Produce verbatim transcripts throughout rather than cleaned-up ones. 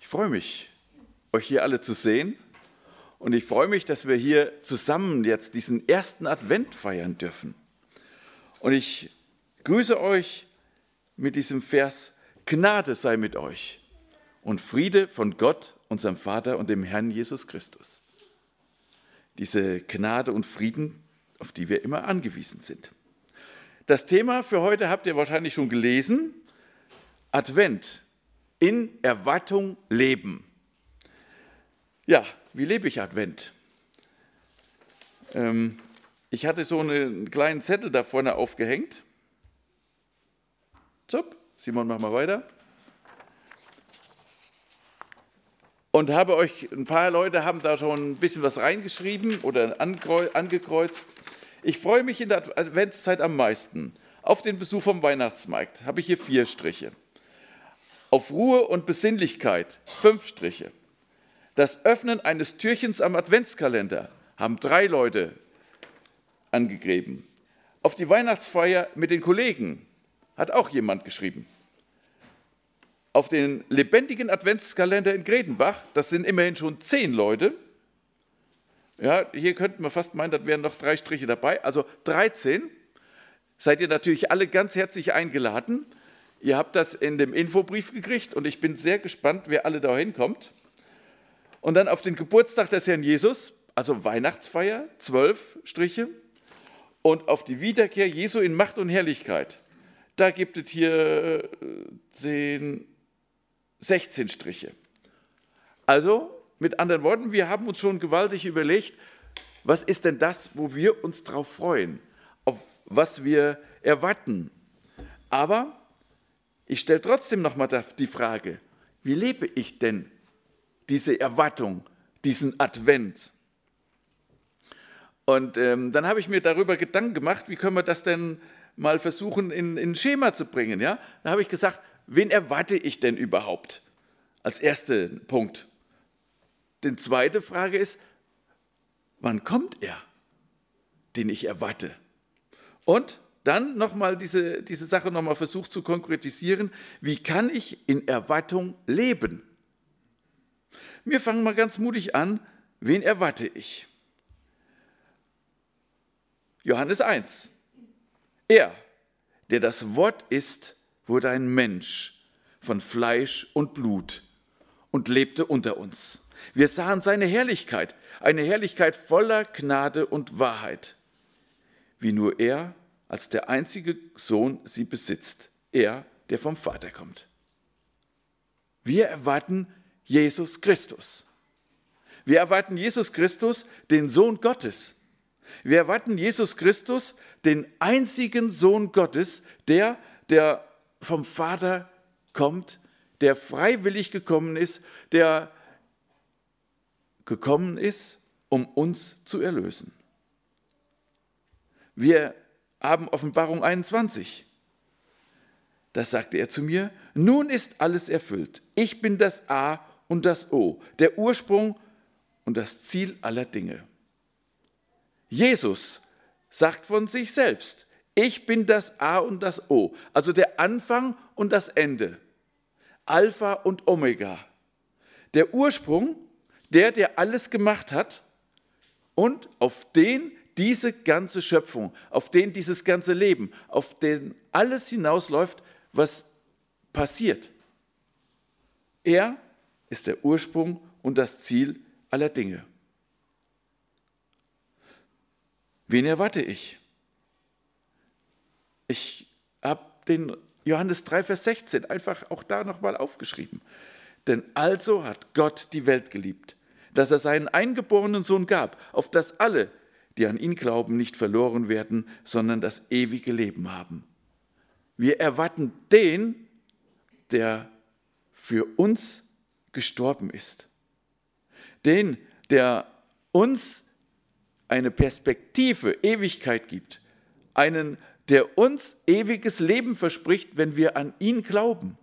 Ich freue mich, euch hier alle zu sehen und ich freue mich, dass wir hier zusammen jetzt diesen ersten Advent feiern dürfen. Und ich grüße euch mit diesem Vers: Gnade sei mit euch und Friede von Gott, unserem Vater und dem Herrn Jesus Christus. Diese Gnade und Frieden, auf die wir immer angewiesen sind. Das Thema für heute habt ihr wahrscheinlich schon gelesen: Advent, in Erwartung leben. Ja, wie lebe ich Advent? Ähm, ich hatte so einen kleinen Zettel da vorne aufgehängt. Zup, Simon, mach mal weiter. Und habe euch, ein paar Leute haben da schon ein bisschen was reingeschrieben oder angekreuzt. Ich freue mich in der Adventszeit am meisten auf den Besuch vom Weihnachtsmarkt. Habe ich hier vier Striche. Auf Ruhe und Besinnlichkeit, fünf Striche. Das Öffnen eines Türchens am Adventskalender haben drei Leute angegeben. Auf die Weihnachtsfeier mit den Kollegen hat auch jemand geschrieben. Auf den lebendigen Adventskalender in Gredenbach, das sind immerhin schon zehn Leute. Ja, hier könnten wir fast meinen, das wären noch drei Striche dabei, also dreizehn. Seid ihr natürlich alle ganz herzlich eingeladen. Ihr habt das in dem Infobrief gekriegt und ich bin sehr gespannt, wer alle da hinkommt. Und dann auf den Geburtstag des Herrn Jesus, also Weihnachtsfeier, zwölf Striche. Und auf die Wiederkehr Jesu in Macht und Herrlichkeit, da gibt es hier zehn, sechzehn Striche. Also, mit anderen Worten, wir haben uns schon gewaltig überlegt, was ist denn das, wo wir uns drauf freuen, auf was wir erwarten. Aber ich stelle trotzdem nochmal die Frage, wie lebe ich denn diese Erwartung, diesen Advent? Und ähm, dann habe ich mir darüber Gedanken gemacht, wie können wir das denn mal versuchen in, in ein Schema zu bringen. Ja? Da habe ich gesagt, wen erwarte ich denn überhaupt? Als erster Punkt. Die zweite Frage ist, wann kommt er, den ich erwarte? Und dann nochmal diese, diese Sache nochmal versucht zu konkretisieren, wie kann ich in Erwartung leben? Wir fangen mal ganz mutig an, wen erwarte ich? Johannes eins. Er, der das Wort ist, wurde ein Mensch von Fleisch und Blut und lebte unter uns. Wir sahen seine Herrlichkeit, eine Herrlichkeit voller Gnade und Wahrheit, wie nur er als der einzige Sohn sie besitzt, er, der vom Vater kommt. Wir erwarten Jesus Christus. Wir erwarten Jesus Christus, den Sohn Gottes. Wir erwarten Jesus Christus, den einzigen Sohn Gottes, der, der vom Vater kommt, der freiwillig gekommen ist, der gekommen ist, um uns zu erlösen. Wir haben Offenbarung einundzwanzig. Da sagte er zu mir: Nun ist alles erfüllt. Ich bin das A und das O, der Ursprung und das Ziel aller Dinge. Jesus sagt von sich selbst: Ich bin das A und das O, also der Anfang und das Ende, Alpha und Omega, der Ursprung, der, der alles gemacht hat und auf den diese ganze Schöpfung, auf den dieses ganze Leben, auf den alles hinausläuft, was passiert. Er ist der Ursprung und das Ziel aller Dinge. Wen erwarte ich? Ich habe den Johannes drei, Vers sechzehn einfach auch da nochmal aufgeschrieben. Denn also hat Gott die Welt geliebt, dass er seinen eingeborenen Sohn gab, auf dass alle, die an ihn glauben, nicht verloren werden, sondern das ewige Leben haben. Wir erwarten den, der für uns gestorben ist. Den, der uns eine Perspektive, Ewigkeit gibt. Einen, der uns ewiges Leben verspricht, wenn wir an ihn glauben.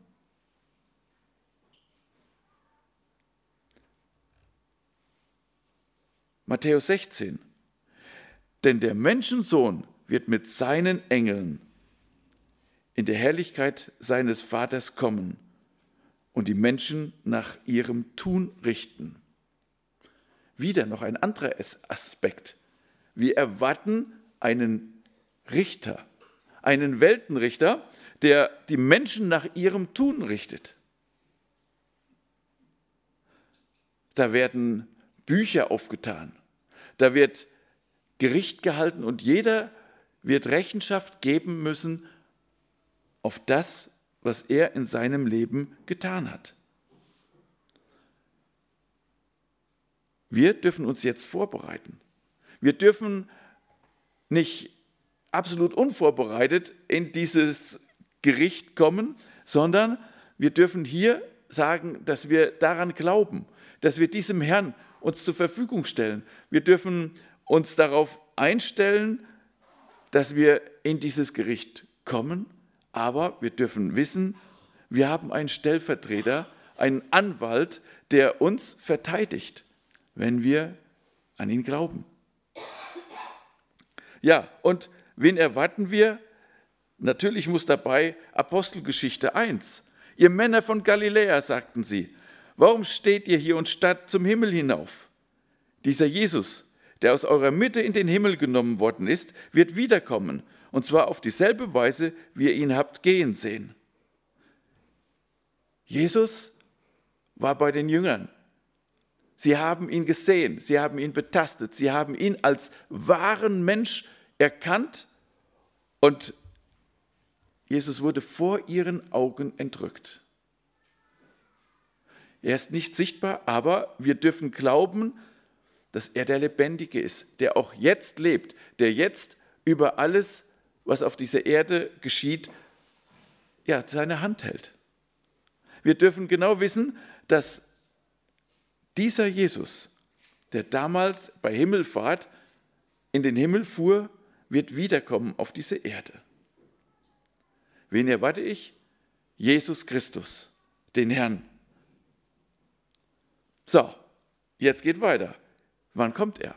Matthäus sechzehn. Denn der Menschensohn wird mit seinen Engeln in der Herrlichkeit seines Vaters kommen und die Menschen nach ihrem Tun richten. Wieder noch ein anderer Aspekt. Wir erwarten einen Richter, einen Weltenrichter, der die Menschen nach ihrem Tun richtet. Da werden Bücher aufgetan, da wird Gericht gehalten und jeder wird Rechenschaft geben müssen auf das, was er in seinem Leben getan hat. Wir dürfen uns jetzt vorbereiten. Wir dürfen nicht absolut unvorbereitet in dieses Gericht kommen, sondern wir dürfen hier sagen, dass wir daran glauben, dass wir diesem Herrn uns zur Verfügung stellen. Wir dürfen uns darauf einstellen, dass wir in dieses Gericht kommen, aber wir dürfen wissen, wir haben einen Stellvertreter, einen Anwalt, der uns verteidigt, wenn wir an ihn glauben. Ja, und wen erwarten wir? Natürlich muss dabei Apostelgeschichte eins. Ihr Männer von Galiläa, sagten sie, warum steht ihr hier und starrt zum Himmel hinauf? Dieser Jesus, der aus eurer Mitte in den Himmel genommen worden ist, wird wiederkommen, und zwar auf dieselbe Weise, wie ihr ihn habt gehen sehen. Jesus war bei den Jüngern. Sie haben ihn gesehen, sie haben ihn betastet, sie haben ihn als wahren Mensch erkannt und Jesus wurde vor ihren Augen entrückt. Er ist nicht sichtbar, aber wir dürfen glauben, dass er der Lebendige ist, der auch jetzt lebt, der jetzt über alles, was auf dieser Erde geschieht, ja, seine Hand hält. Wir dürfen genau wissen, dass dieser Jesus, der damals bei Himmelfahrt in den Himmel fuhr, wird wiederkommen auf diese Erde. Wen erwarte ich? Jesus Christus, den Herrn. So, jetzt geht weiter. Wann kommt er?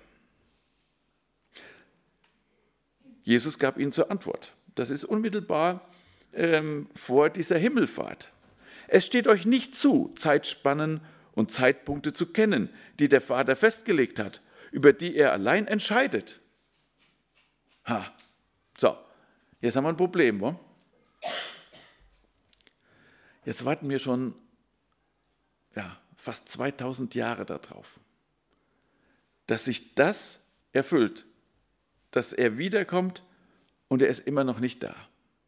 Jesus gab ihnen zur Antwort. Das ist unmittelbar ähm, vor dieser Himmelfahrt. Es steht euch nicht zu, Zeitspannen und Zeitpunkte zu kennen, die der Vater festgelegt hat, über die er allein entscheidet. Ha, so, jetzt haben wir ein Problem, wa? Jetzt warten wir schon ja, fast zweitausend Jahre darauf, dass sich das erfüllt, dass er wiederkommt und er ist immer noch nicht da.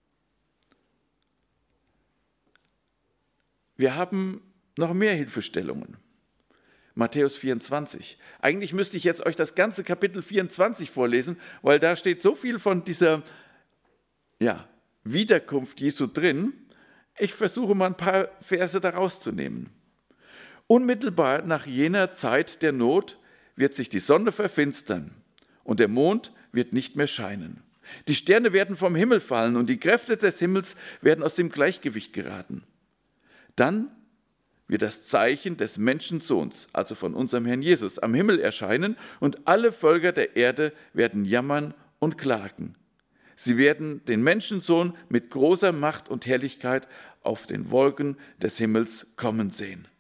Wir haben noch mehr Hilfestellungen. Matthäus vierundzwanzig. Eigentlich müsste ich jetzt euch das ganze Kapitel vierundzwanzig vorlesen, weil da steht so viel von dieser ja, Wiederkunft Jesu drin. Ich versuche mal ein paar Verse daraus zu nehmen. Unmittelbar nach jener Zeit der Not wird sich die Sonne verfinstern und der Mond wird nicht mehr scheinen. Die Sterne werden vom Himmel fallen und die Kräfte des Himmels werden aus dem Gleichgewicht geraten. Dann wird das Zeichen des Menschensohns, also von unserem Herrn Jesus, am Himmel erscheinen und alle Völker der Erde werden jammern und klagen. Sie werden den Menschensohn mit großer Macht und Herrlichkeit auf den Wolken des Himmels kommen sehen.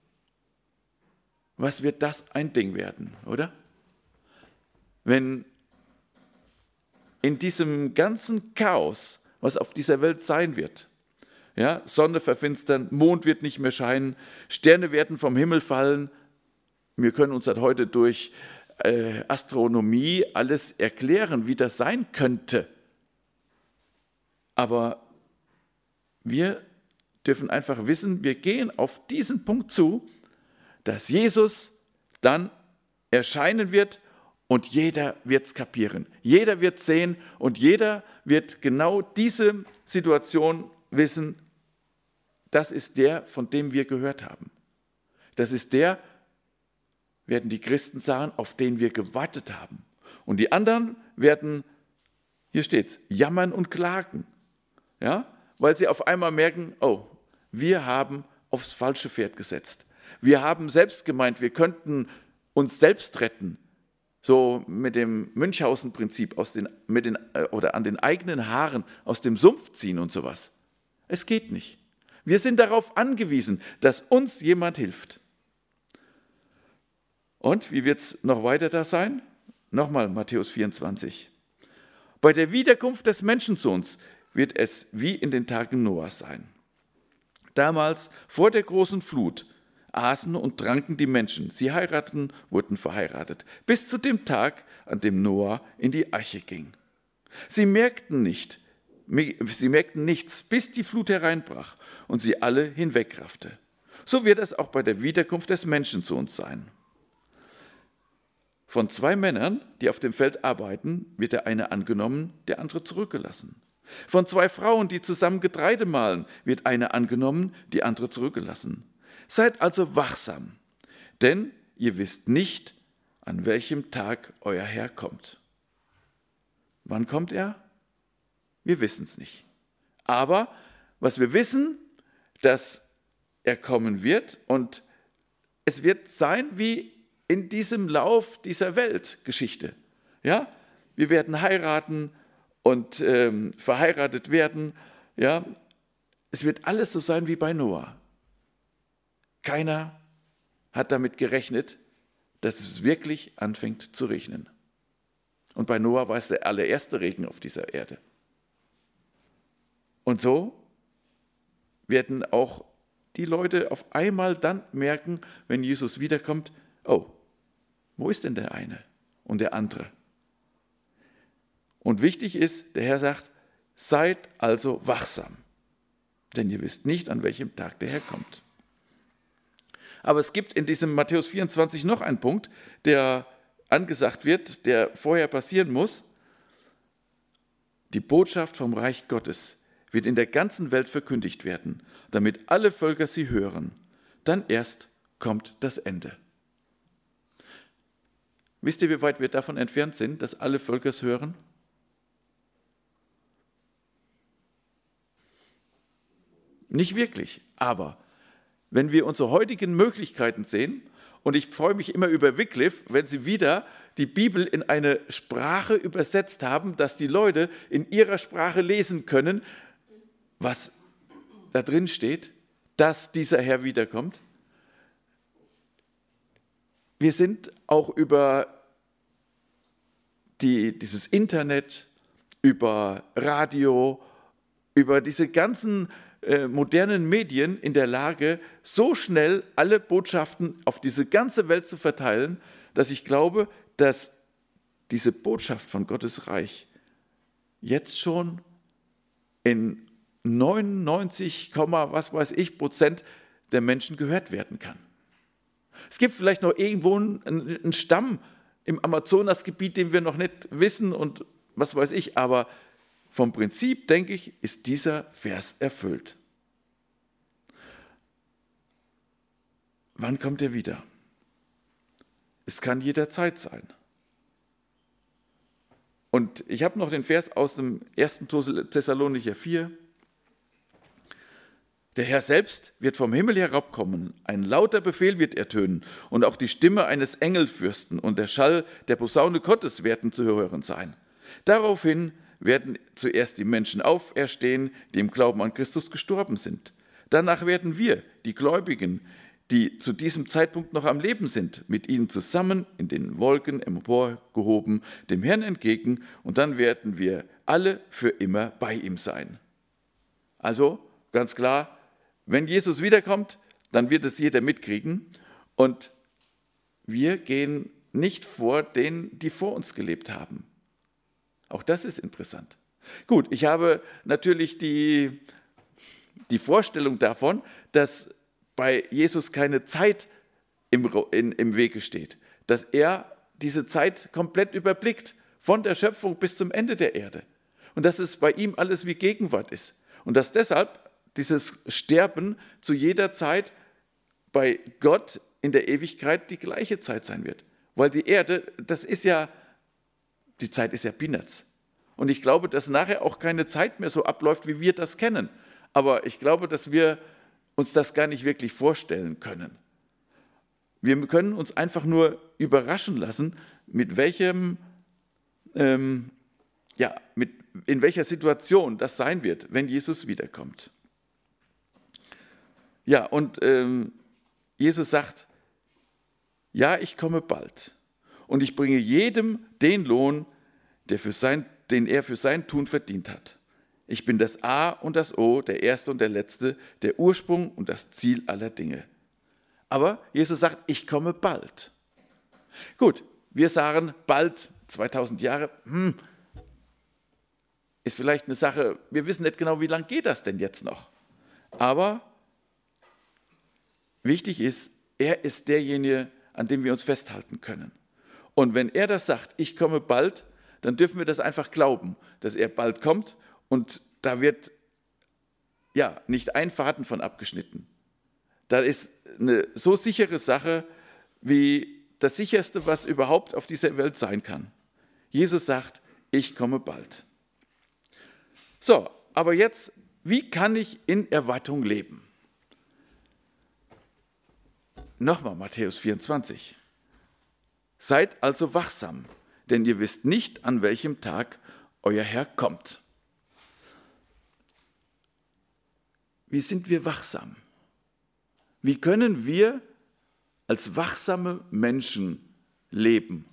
Was wird das ein Ding werden, oder? Wenn in diesem ganzen Chaos, was auf dieser Welt sein wird, ja, Sonne verfinstern, Mond wird nicht mehr scheinen, Sterne werden vom Himmel fallen. Wir können uns halt heute durch äh, Astronomie alles erklären, wie das sein könnte. Aber wir dürfen einfach wissen, wir gehen auf diesen Punkt zu, dass Jesus dann erscheinen wird und jeder wird es kapieren. Jeder wird sehen und jeder wird genau diese Situation wissen. Das ist der, von dem wir gehört haben. Das ist der, werden die Christen sagen, auf den wir gewartet haben. Und die anderen werden, hier steht's, jammern und klagen. Ja? Weil sie auf einmal merken, oh, wir haben aufs falsche Pferd gesetzt. Wir haben selbst gemeint, wir könnten uns selbst retten. So mit dem Münchhausen-Prinzip aus den, mit den, oder an den eigenen Haaren aus dem Sumpf ziehen und sowas. Es geht nicht. Wir sind darauf angewiesen, dass uns jemand hilft. Und wie wird es noch weiter da sein? Nochmal Matthäus vierundzwanzig. Bei der Wiederkunft des Menschensohns wird es wie in den Tagen Noahs sein. Damals, vor der großen Flut, aßen und tranken die Menschen. Sie heirateten, wurden verheiratet, bis zu dem Tag, an dem Noah in die Arche ging. Sie merkten nicht, sie merkten nichts, bis die Flut hereinbrach und sie alle hinwegraffte. So wird es auch bei der Wiederkunft des Menschensohns sein. Von zwei Männern, die auf dem Feld arbeiten, wird der eine angenommen, der andere zurückgelassen. Von zwei Frauen, die zusammen Getreide mahlen, wird eine angenommen, die andere zurückgelassen. Seid also wachsam, denn ihr wisst nicht, an welchem Tag euer Herr kommt. Wann kommt er? Wir wissen es nicht. Aber was wir wissen, dass er kommen wird und es wird sein wie in diesem Lauf dieser Weltgeschichte. Ja? Wir werden heiraten und ähm, verheiratet werden. Ja? Es wird alles so sein wie bei Noah. Keiner hat damit gerechnet, dass es wirklich anfängt zu regnen. Und bei Noah war es der allererste Regen auf dieser Erde. Und so werden auch die Leute auf einmal dann merken, wenn Jesus wiederkommt, oh, wo ist denn der eine und der andere? Und wichtig ist, der Herr sagt, seid also wachsam, denn ihr wisst nicht, an welchem Tag der Herr kommt. Aber es gibt in diesem Matthäus vierundzwanzig noch einen Punkt, der angesagt wird, der vorher passieren muss. Die Botschaft vom Reich Gottes wird in der ganzen Welt verkündigt werden, damit alle Völker sie hören. Dann erst kommt das Ende. Wisst ihr, wie weit wir davon entfernt sind, dass alle Völker es hören? Nicht wirklich, aber wenn wir unsere heutigen Möglichkeiten sehen, und ich freue mich immer über Wycliffe, wenn sie wieder die Bibel in eine Sprache übersetzt haben, dass die Leute in ihrer Sprache lesen können, was da drin steht, dass dieser Herr wiederkommt. Wir sind auch über die, dieses Internet, über Radio, über diese ganzen äh, modernen Medien in der Lage, so schnell alle Botschaften auf diese ganze Welt zu verteilen, dass ich glaube, dass diese Botschaft von Gottes Reich jetzt schon in neunundneunzig, was weiß ich, Prozent der Menschen gehört werden kann. Es gibt vielleicht noch irgendwo einen, einen Stamm im Amazonasgebiet, den wir noch nicht wissen und was weiß ich, aber vom Prinzip, denke ich, ist dieser Vers erfüllt. Wann kommt er wieder? Es kann jederzeit sein. Und ich habe noch den Vers aus dem ersten Thessalonicher vier. Der Herr selbst wird vom Himmel herabkommen, ein lauter Befehl wird ertönen und auch die Stimme eines Engelfürsten und der Schall der Posaune Gottes werden zu hören sein. Daraufhin werden zuerst die Menschen auferstehen, die im Glauben an Christus gestorben sind. Danach werden wir, die Gläubigen, die zu diesem Zeitpunkt noch am Leben sind, mit ihnen zusammen in den Wolken emporgehoben, dem Herrn entgegen, und dann werden wir alle für immer bei ihm sein. Also ganz klar, wenn Jesus wiederkommt, dann wird es jeder mitkriegen und wir gehen nicht vor denen, die vor uns gelebt haben. Auch das ist interessant. Gut, ich habe natürlich die, die Vorstellung davon, dass bei Jesus keine Zeit im, in, im Wege steht, dass er diese Zeit komplett überblickt, von der Schöpfung bis zum Ende der Erde. Und dass es bei ihm alles wie Gegenwart ist. Und dass deshalb dieses Sterben zu jeder Zeit bei Gott in der Ewigkeit die gleiche Zeit sein wird. Weil die Erde, das ist ja, die Zeit ist ja Peanuts. Und ich glaube, dass nachher auch keine Zeit mehr so abläuft, wie wir das kennen. Aber ich glaube, dass wir uns das gar nicht wirklich vorstellen können. Wir können uns einfach nur überraschen lassen, mit welchem, ähm, ja, mit, in welcher Situation das sein wird, wenn Jesus wiederkommt. Ja, und ähm, Jesus sagt, ja, ich komme bald und ich bringe jedem den Lohn, der für sein, den er für sein Tun verdient hat. Ich bin das A und das O, der Erste und der Letzte, der Ursprung und das Ziel aller Dinge. Aber Jesus sagt, ich komme bald. Gut, wir sagen bald, zweitausend Jahre, hm, ist vielleicht eine Sache, wir wissen nicht genau, wie lange geht das denn jetzt noch. Aber wichtig ist, er ist derjenige, an dem wir uns festhalten können. Und wenn er das sagt, ich komme bald, dann dürfen wir das einfach glauben, dass er bald kommt und da wird ja nicht ein Faden von abgeschnitten. Das ist eine so sichere Sache, wie das sicherste, was überhaupt auf dieser Welt sein kann. Jesus sagt, ich komme bald. So, aber jetzt, wie kann ich in Erwartung leben? Nochmal Matthäus vierundzwanzig. Seid also wachsam, denn ihr wisst nicht, an welchem Tag euer Herr kommt. Wie sind wir wachsam? Wie können wir als wachsame Menschen leben?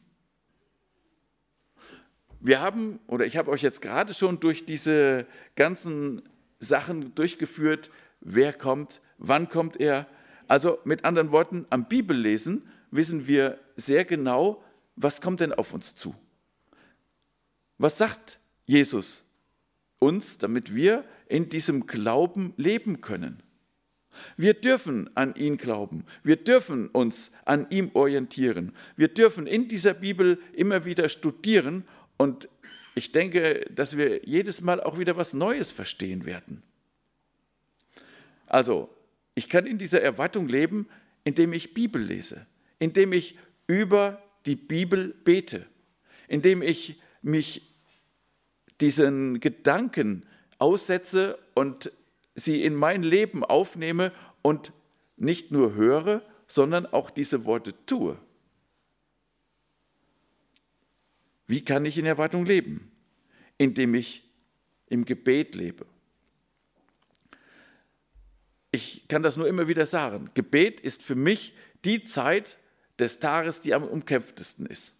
Wir haben, oder ich habe euch jetzt gerade schon durch diese ganzen Sachen durchgeführt, wer kommt, wann kommt er. Also mit anderen Worten, am Bibellesen wissen wir sehr genau, was kommt denn auf uns zu. Was sagt Jesus uns, damit wir in diesem Glauben leben können? Wir dürfen an ihn glauben, wir dürfen uns an ihm orientieren, wir dürfen in dieser Bibel immer wieder studieren und ich denke, dass wir jedes Mal auch wieder was Neues verstehen werden. Also, ich kann in dieser Erwartung leben, indem ich Bibel lese, indem ich über die Bibel bete, indem ich mich diesen Gedanken aussetze und sie in mein Leben aufnehme und nicht nur höre, sondern auch diese Worte tue. Wie kann ich in Erwartung leben? Indem ich im Gebet lebe. Ich kann das nur immer wieder sagen. Gebet ist für mich die Zeit des Tages, die am umkämpftesten ist.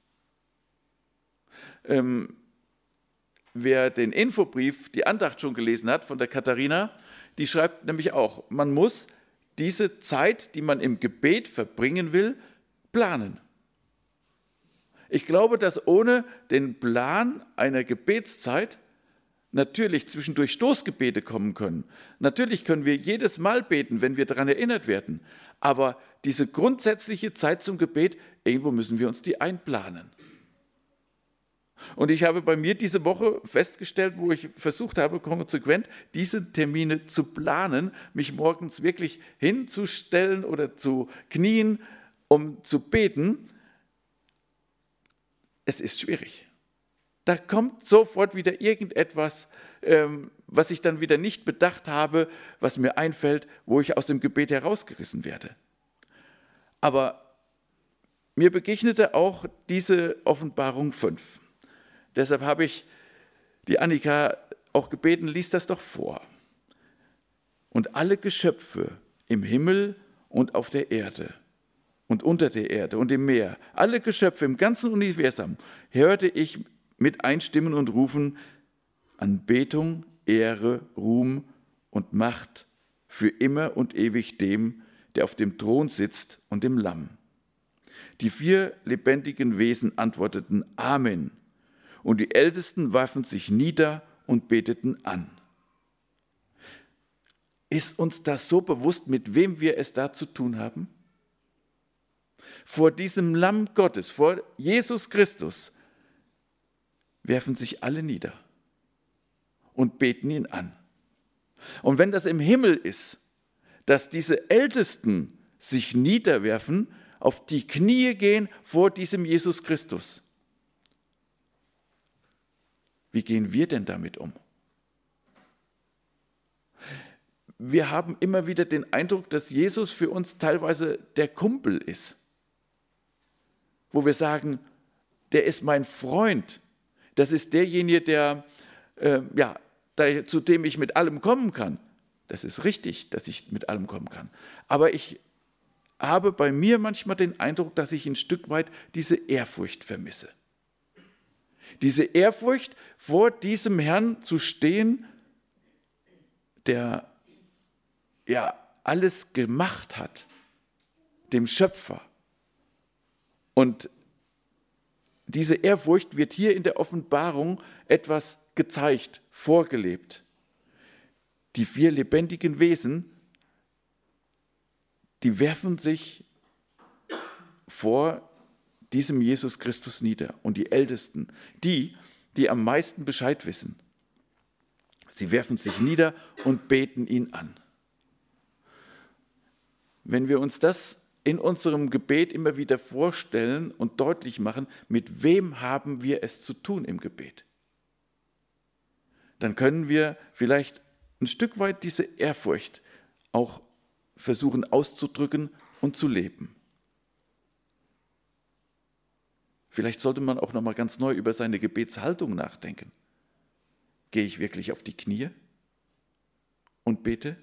Ähm, wer den Infobrief, die Andacht schon gelesen hat von der Katharina, die schreibt nämlich auch, man muss diese Zeit, die man im Gebet verbringen will, planen. Ich glaube, dass ohne den Plan einer Gebetszeit natürlich zwischendurch Stoßgebete kommen können. Natürlich können wir jedes Mal beten, wenn wir daran erinnert werden. Aber diese grundsätzliche Zeit zum Gebet, irgendwo müssen wir uns die einplanen. Und ich habe bei mir diese Woche festgestellt, wo ich versucht habe, konsequent diese Termine zu planen, mich morgens wirklich hinzustellen oder zu knien, um zu beten. Es ist schwierig. Da kommt sofort wieder irgendetwas, ähm, was ich dann wieder nicht bedacht habe, was mir einfällt, wo ich aus dem Gebet herausgerissen werde. Aber mir begegnete auch diese Offenbarung fünf. Deshalb habe ich die Annika auch gebeten, lies das doch vor. Und alle Geschöpfe im Himmel und auf der Erde und unter der Erde und im Meer, alle Geschöpfe im ganzen Universum, hörte ich mit einstimmen und rufen, Anbetung, Ehre, Ruhm und Macht für immer und ewig dem, der auf dem Thron sitzt und dem Lamm. Die vier lebendigen Wesen antworteten Amen. Und die Ältesten warfen sich nieder und beteten an. Ist uns das so bewusst, mit wem wir es da zu tun haben? Vor diesem Lamm Gottes, vor Jesus Christus, werfen sich alle nieder und beten ihn an. Und wenn das im Himmel ist, dass diese Ältesten sich niederwerfen, auf die Knie gehen vor diesem Jesus Christus, wie gehen wir denn damit um? Wir haben immer wieder den Eindruck, dass Jesus für uns teilweise der Kumpel ist, wo wir sagen, der ist mein Freund, das ist derjenige, der, äh, ja, der, zu dem ich mit allem kommen kann. das ist richtig, dass ich mit allem kommen kann. Aber ich habe bei mir manchmal den Eindruck, dass ich ein Stück weit diese Ehrfurcht vermisse. Diese Ehrfurcht, vor diesem Herrn zu stehen, der ja alles gemacht hat, dem Schöpfer. Und diese Ehrfurcht wird hier in der Offenbarung etwas gezeigt, vorgelebt. Die vier lebendigen Wesen, die werfen sich vor diesem Jesus Christus nieder. Und die Ältesten, die, die am meisten Bescheid wissen, sie werfen sich nieder und beten ihn an. Wenn wir uns das in unserem Gebet immer wieder vorstellen und deutlich machen, mit wem haben wir es zu tun im Gebet, dann können wir vielleicht ein Stück weit diese Ehrfurcht auch versuchen auszudrücken und zu leben. Vielleicht sollte man auch noch mal ganz neu über seine Gebetshaltung nachdenken. Gehe ich wirklich auf die Knie und bete?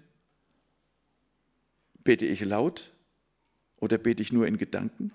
Bete ich laut oder bete ich nur in Gedanken?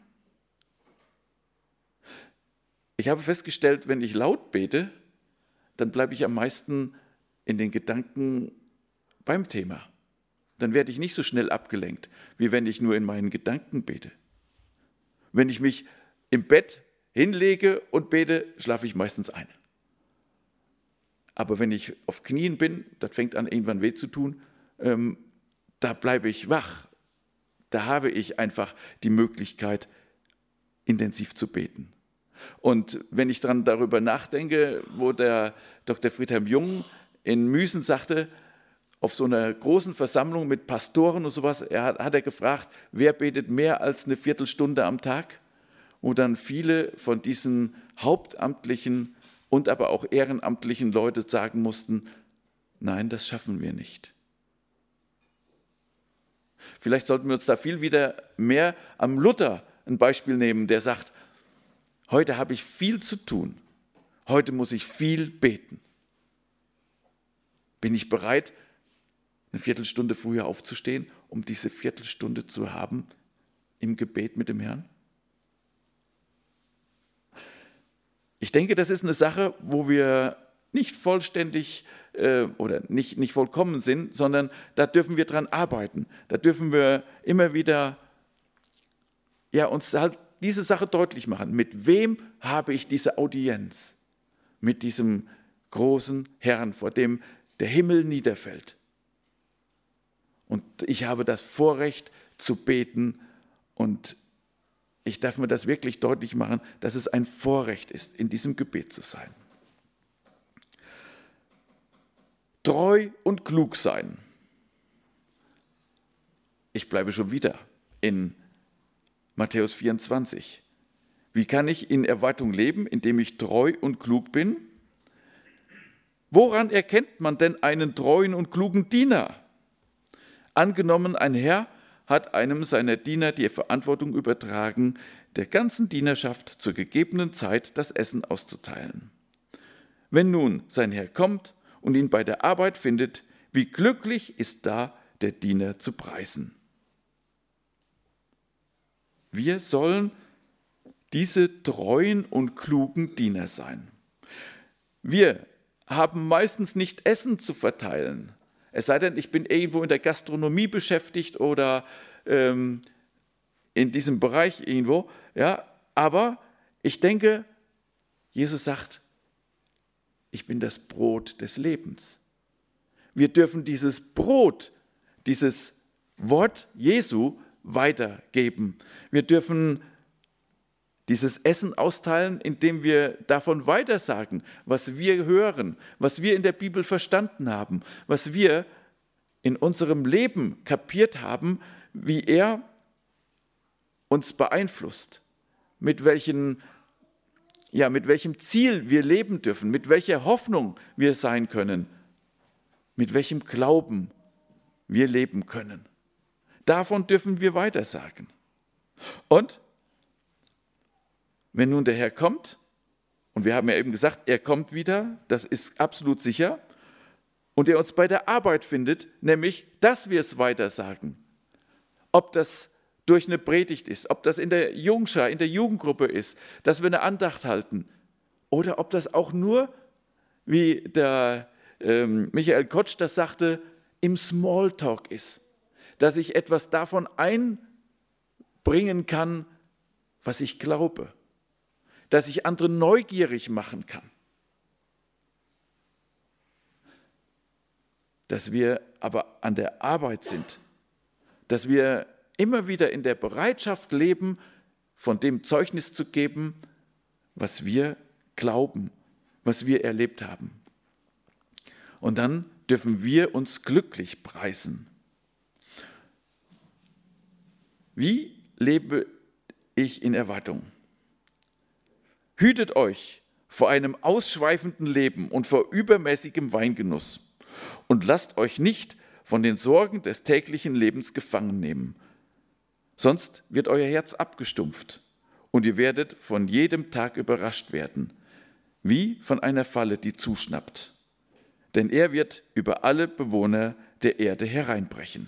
Ich habe festgestellt, wenn ich laut bete, dann bleibe ich am meisten in den Gedanken beim Thema. Dann werde ich nicht so schnell abgelenkt, wie wenn ich nur in meinen Gedanken bete. Wenn ich mich im Bett hinlege und bete, schlafe ich meistens ein. Aber wenn ich auf Knien bin, das fängt an irgendwann weh zu tun, ähm, da bleibe ich wach. Da habe ich einfach die Möglichkeit, intensiv zu beten. Und wenn ich dann darüber nachdenke, wo der Doktor Friedhelm Jung in Müsen sagte, auf so einer großen Versammlung mit Pastoren und sowas, er hat, hat er gefragt, wer betet mehr als eine Viertelstunde am Tag? Wo dann viele von diesen hauptamtlichen und aber auch ehrenamtlichen Leute sagen mussten, nein, das schaffen wir nicht. Vielleicht sollten wir uns da viel wieder mehr am Luther ein Beispiel nehmen, der sagt, heute habe ich viel zu tun, heute muss ich viel beten. Bin ich bereit, eine Viertelstunde früher aufzustehen, um diese Viertelstunde zu haben im Gebet mit dem Herrn? Ich denke, das ist eine Sache, wo wir nicht vollständig äh, oder nicht, nicht vollkommen sind, sondern da dürfen wir dran arbeiten. Da dürfen wir immer wieder ja, uns halt diese Sache deutlich machen. Mit wem habe ich diese Audienz? Mit diesem großen Herrn, vor dem der Himmel niederfällt. Und ich habe das Vorrecht zu beten und ich darf mir das wirklich deutlich machen, dass es ein Vorrecht ist, in diesem Gebet zu sein. Treu und klug sein. Ich bleibe schon wieder in Matthäus vierundzwanzig. Wie kann ich in Erwartung leben, indem ich treu und klug bin? Woran erkennt man denn einen treuen und klugen Diener? Angenommen, ein Herr hat einem seiner Diener die Verantwortung übertragen, der ganzen Dienerschaft zur gegebenen Zeit das Essen auszuteilen. Wenn nun sein Herr kommt und ihn bei der Arbeit findet, wie glücklich ist da der Diener zu preisen. Wir sollen diese treuen und klugen Diener sein. Wir haben meistens nicht Essen zu verteilen. Es sei denn, ich bin irgendwo in der Gastronomie beschäftigt oder ähm, in diesem Bereich irgendwo. Ja, aber ich denke, Jesus sagt, ich bin das Brot des Lebens. Wir dürfen dieses Brot, dieses Wort Jesu weitergeben. Wir dürfen dieses Essen austeilen, indem wir davon weitersagen, was wir hören, was wir in der Bibel verstanden haben, was wir in unserem Leben kapiert haben, wie er uns beeinflusst, mit welchen, ja, mit welchem Ziel wir leben dürfen, mit welcher Hoffnung wir sein können, mit welchem Glauben wir leben können. Davon dürfen wir weitersagen. Und wenn nun der Herr kommt, und wir haben ja eben gesagt, er kommt wieder, das ist absolut sicher, und der uns bei der Arbeit findet, nämlich, dass wir es weitersagen. Ob das durch eine Predigt ist, ob das in der Jungschar, in der Jugendgruppe ist, dass wir eine Andacht halten, oder ob das auch nur, wie der ähm, Michael Kotsch das sagte, im Smalltalk ist, dass ich etwas davon einbringen kann, was ich glaube, dass ich andere neugierig machen kann. Dass wir aber an der Arbeit sind, dass wir immer wieder in der Bereitschaft leben, von dem Zeugnis zu geben, was wir glauben, was wir erlebt haben. Und dann dürfen wir uns glücklich preisen. Wie lebe ich in Erwartung? Hütet euch vor einem ausschweifenden Leben und vor übermäßigem Weingenuss und lasst euch nicht von den Sorgen des täglichen Lebens gefangen nehmen. Sonst wird euer Herz abgestumpft und ihr werdet von jedem Tag überrascht werden, wie von einer Falle, die zuschnappt. Denn er wird über alle Bewohner der Erde hereinbrechen.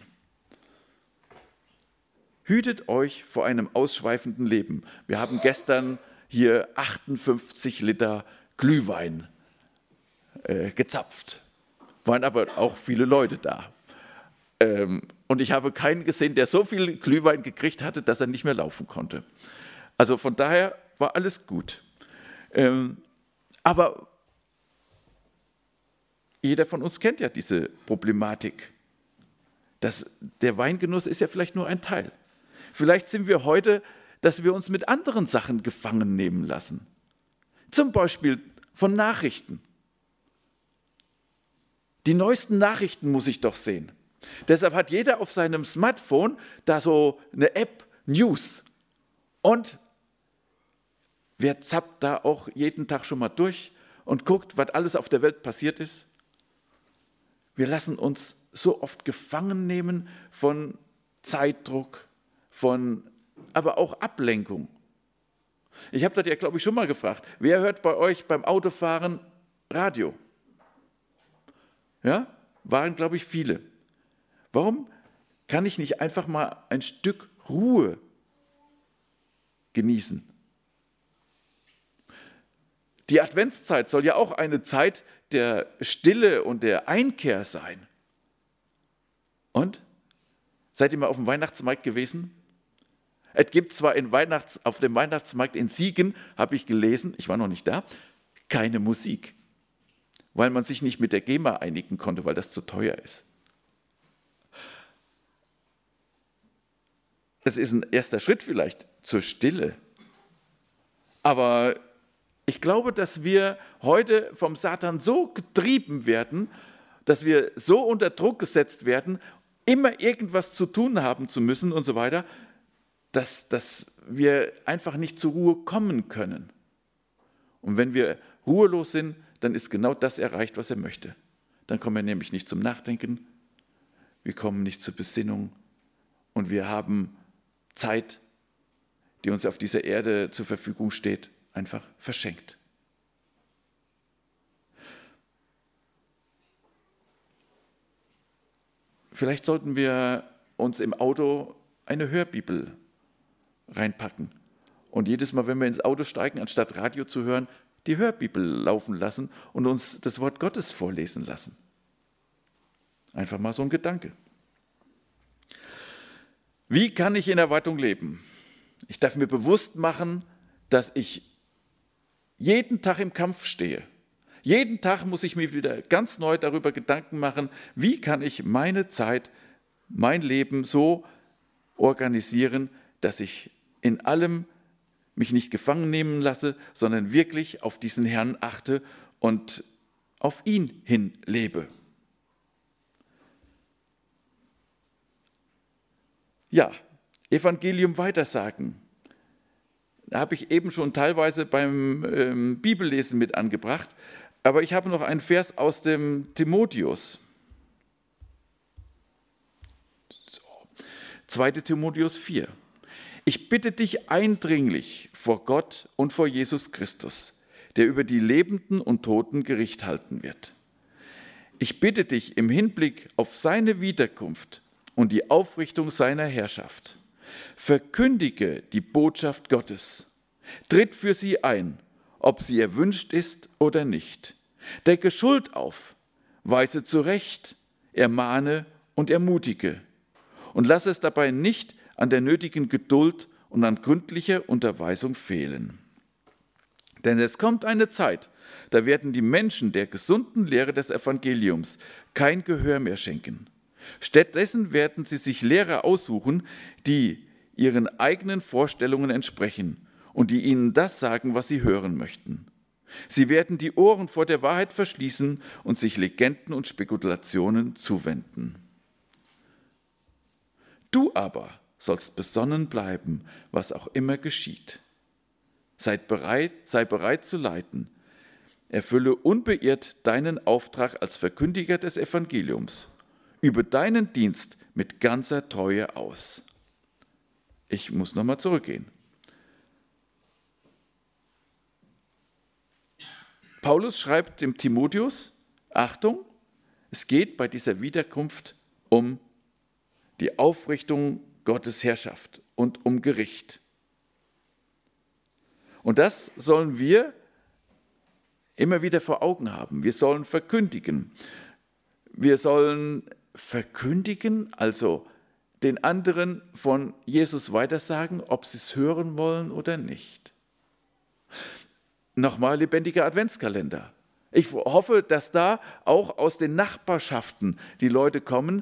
Hütet euch vor einem ausschweifenden Leben. Wir haben gestern hier achtundfünfzig Liter Glühwein äh, gezapft. Waren aber auch viele Leute da. Ähm, und ich habe keinen gesehen, der so viel Glühwein gekriegt hatte, dass er nicht mehr laufen konnte. Also von daher war alles gut. Ähm, aber jeder von uns kennt ja diese Problematik. Das, der Weingenuss ist ja vielleicht nur ein Teil. Vielleicht sind wir heute, dass wir uns mit anderen Sachen gefangen nehmen lassen. Zum Beispiel von Nachrichten. Die neuesten Nachrichten muss ich doch sehen. Deshalb hat jeder auf seinem Smartphone da so eine App, News. Und wer zappt da auch jeden Tag schon mal durch und guckt, was alles auf der Welt passiert ist? Wir lassen uns so oft gefangen nehmen von Zeitdruck, von, aber auch Ablenkung. Ich habe das ja, glaube ich, schon mal gefragt. Wer hört bei euch beim Autofahren Radio? Ja, waren, glaube ich, viele. Warum kann ich nicht einfach mal ein Stück Ruhe genießen? Die Adventszeit soll ja auch eine Zeit der Stille und der Einkehr sein. Und? Seid ihr mal auf dem Weihnachtsmarkt gewesen? Es gibt zwar in Weihnachts-, auf dem Weihnachtsmarkt in Siegen, habe ich gelesen, ich war noch nicht da, keine Musik, weil man sich nicht mit der GEMA einigen konnte, weil das zu teuer ist. Das ist ein erster Schritt vielleicht zur Stille. Aber ich glaube, dass wir heute vom Satan so getrieben werden, dass wir so unter Druck gesetzt werden, immer irgendwas zu tun haben zu müssen und so weiter, dass, dass wir einfach nicht zur Ruhe kommen können. Und wenn wir ruhelos sind, dann ist genau das erreicht, was er möchte. Dann kommen wir nämlich nicht zum Nachdenken, wir kommen nicht zur Besinnung und wir haben Zeit, die uns auf dieser Erde zur Verfügung steht, einfach verschenkt. Vielleicht sollten wir uns im Auto eine Hörbibel reinpacken und jedes Mal, wenn wir ins Auto steigen, anstatt Radio zu hören, die Hörbibel laufen lassen und uns das Wort Gottes vorlesen lassen. Einfach mal so ein Gedanke. Wie kann ich in Erwartung leben? Ich darf mir bewusst machen, dass ich jeden Tag im Kampf stehe. Jeden Tag muss ich mir wieder ganz neu darüber Gedanken machen, wie kann ich meine Zeit, mein Leben so organisieren, dass ich in allem mich nicht gefangen nehmen lasse, sondern wirklich auf diesen Herrn achte und auf ihn hin lebe. Ja, Evangelium weitersagen. Da habe ich eben schon teilweise beim ähm, Bibellesen mit angebracht, aber ich habe noch einen Vers aus dem Timotheus. So. zweiter Timotheus vier. Ich bitte dich eindringlich vor Gott und vor Jesus Christus, der über die Lebenden und Toten Gericht halten wird. Ich bitte dich im Hinblick auf seine Wiederkunft und die Aufrichtung seiner Herrschaft, verkündige die Botschaft Gottes, tritt für sie ein, ob sie erwünscht ist oder nicht. Decke Schuld auf, weise zurecht, ermahne und ermutige und lass es dabei nicht an der nötigen Geduld und an gründlicher Unterweisung fehlen. Denn es kommt eine Zeit, da werden die Menschen der gesunden Lehre des Evangeliums kein Gehör mehr schenken. Stattdessen werden sie sich Lehrer aussuchen, die ihren eigenen Vorstellungen entsprechen und die ihnen das sagen, was sie hören möchten. Sie werden die Ohren vor der Wahrheit verschließen und sich Legenden und Spekulationen zuwenden. Du aber sollst besonnen bleiben, was auch immer geschieht. Seid bereit, sei bereit zu leiden. Erfülle unbeirrt deinen Auftrag als Verkündiger des Evangeliums. Übe deinen Dienst mit ganzer Treue aus. Ich muss nochmal zurückgehen. Paulus schreibt dem Timotheus, Achtung, es geht bei dieser Wiederkunft um die Aufrichtung Gottes Herrschaft und um Gericht. Und das sollen wir immer wieder vor Augen haben. Wir sollen verkündigen. Wir sollen verkündigen, also den anderen von Jesus weitersagen, ob sie es hören wollen oder nicht. Nochmal lebendiger Adventskalender. Ich hoffe, dass da auch aus den Nachbarschaften die Leute kommen,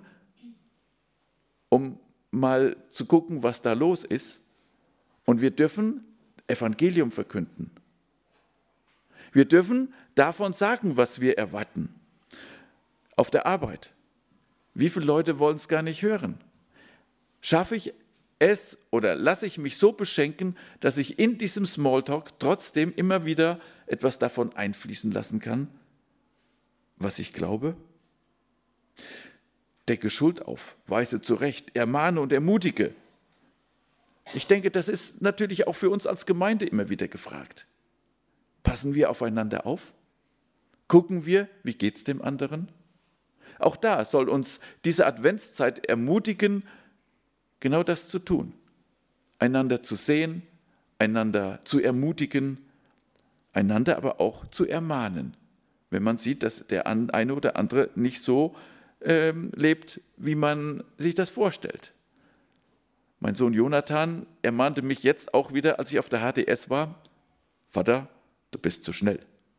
um mal zu gucken, was da los ist. Und wir dürfen Evangelium verkünden. Wir dürfen davon sagen, was wir erwarten. Auf der Arbeit. Wie viele Leute wollen es gar nicht hören? Schaffe ich es oder lasse ich mich so beschenken, dass ich in diesem Smalltalk trotzdem immer wieder etwas davon einfließen lassen kann, was ich glaube? Decke Schuld auf, weise zurecht, ermahne und ermutige. Ich denke, das ist natürlich auch für uns als Gemeinde immer wieder gefragt. Passen wir aufeinander auf? Gucken wir, wie geht es dem anderen? Auch da soll uns diese Adventszeit ermutigen, genau das zu tun. Einander zu sehen, einander zu ermutigen, einander aber auch zu ermahnen, wenn man sieht, dass der eine oder andere nicht so ähm, lebt, wie man sich das vorstellt. Mein Sohn Jonathan ermahnte mich jetzt auch wieder, als ich auf der H D S war, Vater, du bist zu schnell.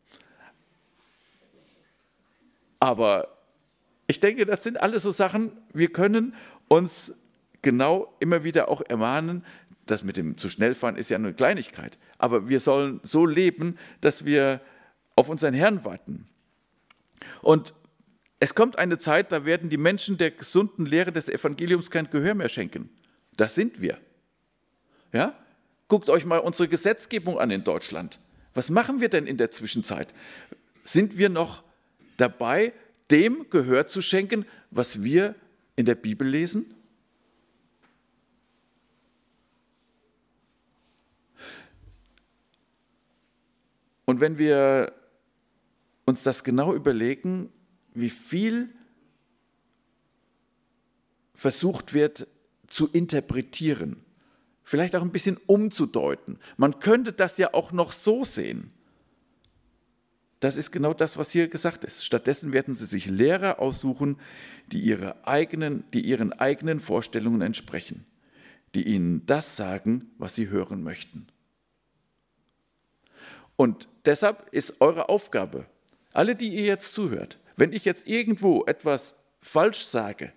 Aber ich denke, das sind alles so Sachen, wir können uns genau immer wieder auch ermahnen, das mit dem zu schnell fahren ist ja nur eine Kleinigkeit, aber wir sollen so leben, dass wir auf unseren Herrn warten. Und es kommt eine Zeit, da werden die Menschen der gesunden Lehre des Evangeliums kein Gehör mehr schenken. Das sind wir. Ja? Guckt euch mal unsere Gesetzgebung an in Deutschland. Was machen wir denn in der Zwischenzeit? Sind wir noch dabei, dem Gehör zu schenken, was wir in der Bibel lesen? Und wenn wir uns das genau überlegen, wie viel versucht wird zu interpretieren, vielleicht auch ein bisschen umzudeuten. Man könnte das ja auch noch so sehen. Das ist genau das, was hier gesagt ist. Stattdessen werden sie sich Lehrer aussuchen, die, ihre eigenen, die ihren eigenen Vorstellungen entsprechen, die ihnen das sagen, was sie hören möchten. Und deshalb ist eure Aufgabe, alle, die ihr jetzt zuhört, wenn ich jetzt irgendwo etwas falsch sage,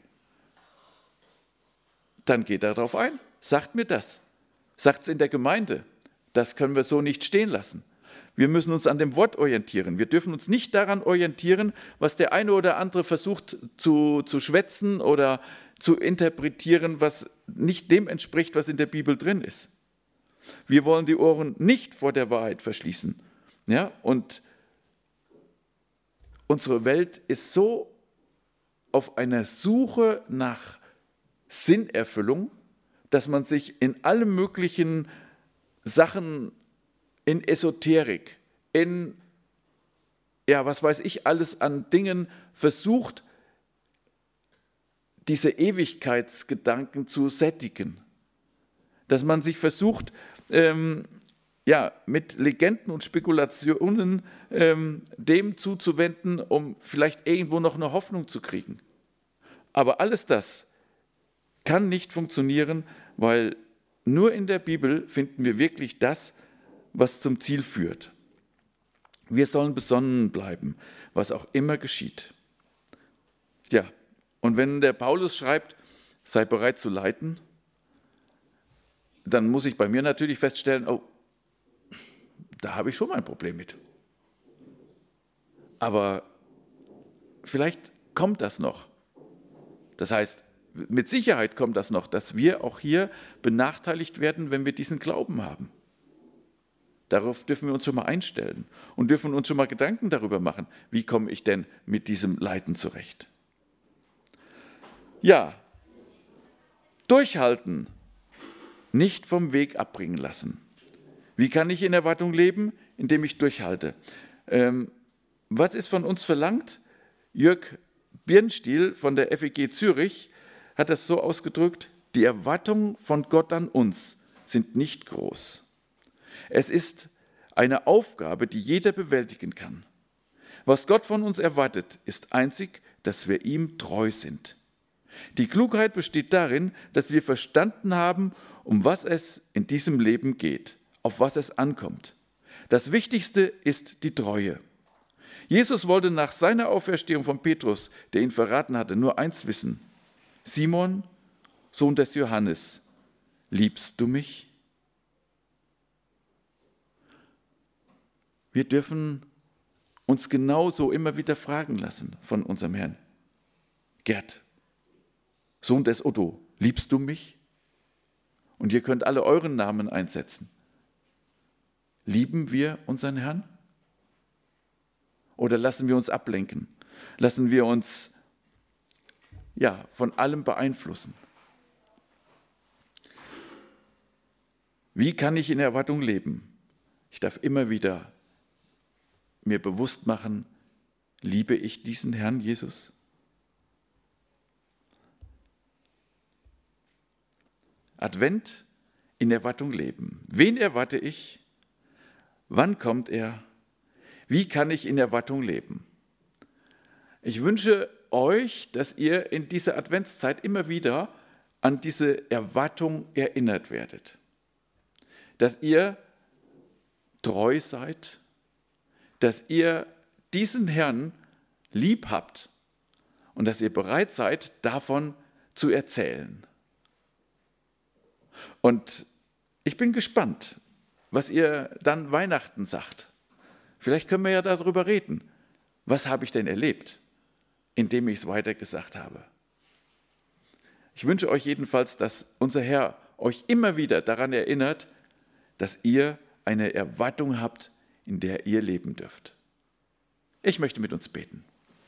dann geht darauf ein, sagt mir das. Sagt es in der Gemeinde. Das können wir so nicht stehen lassen. Wir müssen uns an dem Wort orientieren. Wir dürfen uns nicht daran orientieren, was der eine oder andere versucht zu, zu schwätzen oder zu interpretieren, was nicht dem entspricht, was in der Bibel drin ist. Wir wollen die Ohren nicht vor der Wahrheit verschließen. Ja? Und unsere Welt ist so auf einer Suche nach Sinnerfüllung, dass man sich in alle möglichen Sachen, in Esoterik, in ja, was weiß ich, alles an Dingen versucht, diese Ewigkeitsgedanken zu sättigen. Dass man sich versucht, ähm, ja, mit Legenden und Spekulationen ähm, dem zuzuwenden, um vielleicht irgendwo noch eine Hoffnung zu kriegen. Aber alles das kann nicht funktionieren, weil nur in der Bibel finden wir wirklich das, was zum Ziel führt. Wir sollen besonnen bleiben, was auch immer geschieht. Ja, und wenn der Paulus schreibt, sei bereit zu leiden, dann muss ich bei mir natürlich feststellen, oh, da habe ich schon mal ein Problem mit. Aber vielleicht kommt das noch. Das heißt, mit Sicherheit kommt das noch, dass wir auch hier benachteiligt werden, wenn wir diesen Glauben haben. Darauf dürfen wir uns schon mal einstellen und dürfen uns schon mal Gedanken darüber machen, wie komme ich denn mit diesem Leiden zurecht. Ja, durchhalten, nicht vom Weg abbringen lassen. Wie kann ich in Erwartung leben? Indem ich durchhalte. Ähm, was ist von uns verlangt? Jörg Birnstiel von der F E G Zürich hat das so ausgedrückt: Die Erwartungen von Gott an uns sind nicht groß. Es ist eine Aufgabe, die jeder bewältigen kann. Was Gott von uns erwartet, ist einzig, dass wir ihm treu sind. Die Klugheit besteht darin, dass wir verstanden haben, um was es in diesem Leben geht, auf was es ankommt. Das Wichtigste ist die Treue. Jesus wollte nach seiner Auferstehung von Petrus, der ihn verraten hatte, nur eins wissen: Simon, Sohn des Johannes, liebst du mich? Wir dürfen uns genauso immer wieder fragen lassen von unserem Herrn. Gerd, Sohn des Otto, liebst du mich? Und ihr könnt alle euren Namen einsetzen. Lieben wir unseren Herrn? Oder lassen wir uns ablenken? Lassen wir uns ja, von allem beeinflussen? Wie kann ich in Erwartung leben? Ich darf immer wieder mir bewusst machen, liebe ich diesen Herrn Jesus? Advent, in Erwartung leben. Wen erwarte ich? Wann kommt er? Wie kann ich in Erwartung leben? Ich wünsche euch, dass ihr in dieser Adventszeit immer wieder an diese Erwartung erinnert werdet. Dass ihr treu seid, dass ihr diesen Herrn lieb habt und dass ihr bereit seid, davon zu erzählen. Und ich bin gespannt, was ihr dann Weihnachten sagt. Vielleicht können wir ja darüber reden. Was habe ich denn erlebt, indem ich es weitergesagt habe? Ich wünsche euch jedenfalls, dass unser Herr euch immer wieder daran erinnert, dass ihr eine Erwartung habt, in der ihr leben dürft. Ich möchte mit uns beten.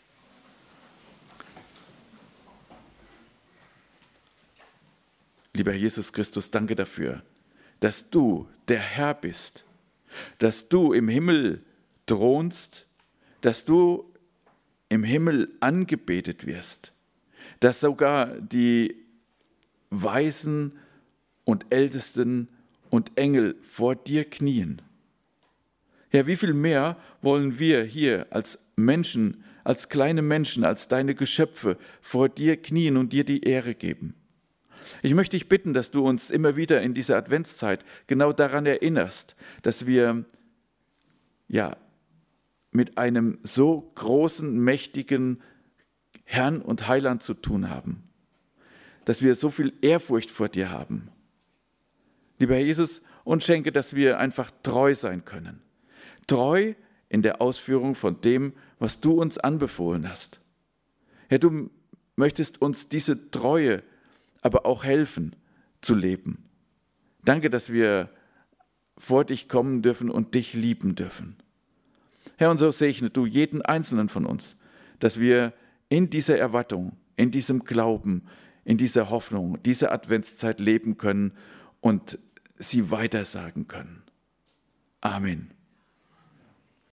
Lieber Jesus Christus, danke dafür, dass du der Herr bist, dass du im Himmel thronst, dass du im Himmel angebetet wirst, dass sogar die Weisen und Ältesten und Engel vor dir knien. Ja, wie viel mehr wollen wir hier als Menschen, als kleine Menschen, als deine Geschöpfe vor dir knien und dir die Ehre geben. Ich möchte dich bitten, dass du uns immer wieder in dieser Adventszeit genau daran erinnerst, dass wir ja mit einem so großen, mächtigen Herrn und Heiland zu tun haben, dass wir so viel Ehrfurcht vor dir haben. Lieber Herr Jesus, uns schenke, dass wir einfach treu sein können. Treu in der Ausführung von dem, was du uns anbefohlen hast. Herr, du möchtest uns diese Treue aber auch helfen zu leben. Danke, dass wir vor dich kommen dürfen und dich lieben dürfen. Herr, und so segne du jeden Einzelnen von uns, dass wir in dieser Erwartung, in diesem Glauben, in dieser Hoffnung, dieser Adventszeit leben können und sie weitersagen können. Amen.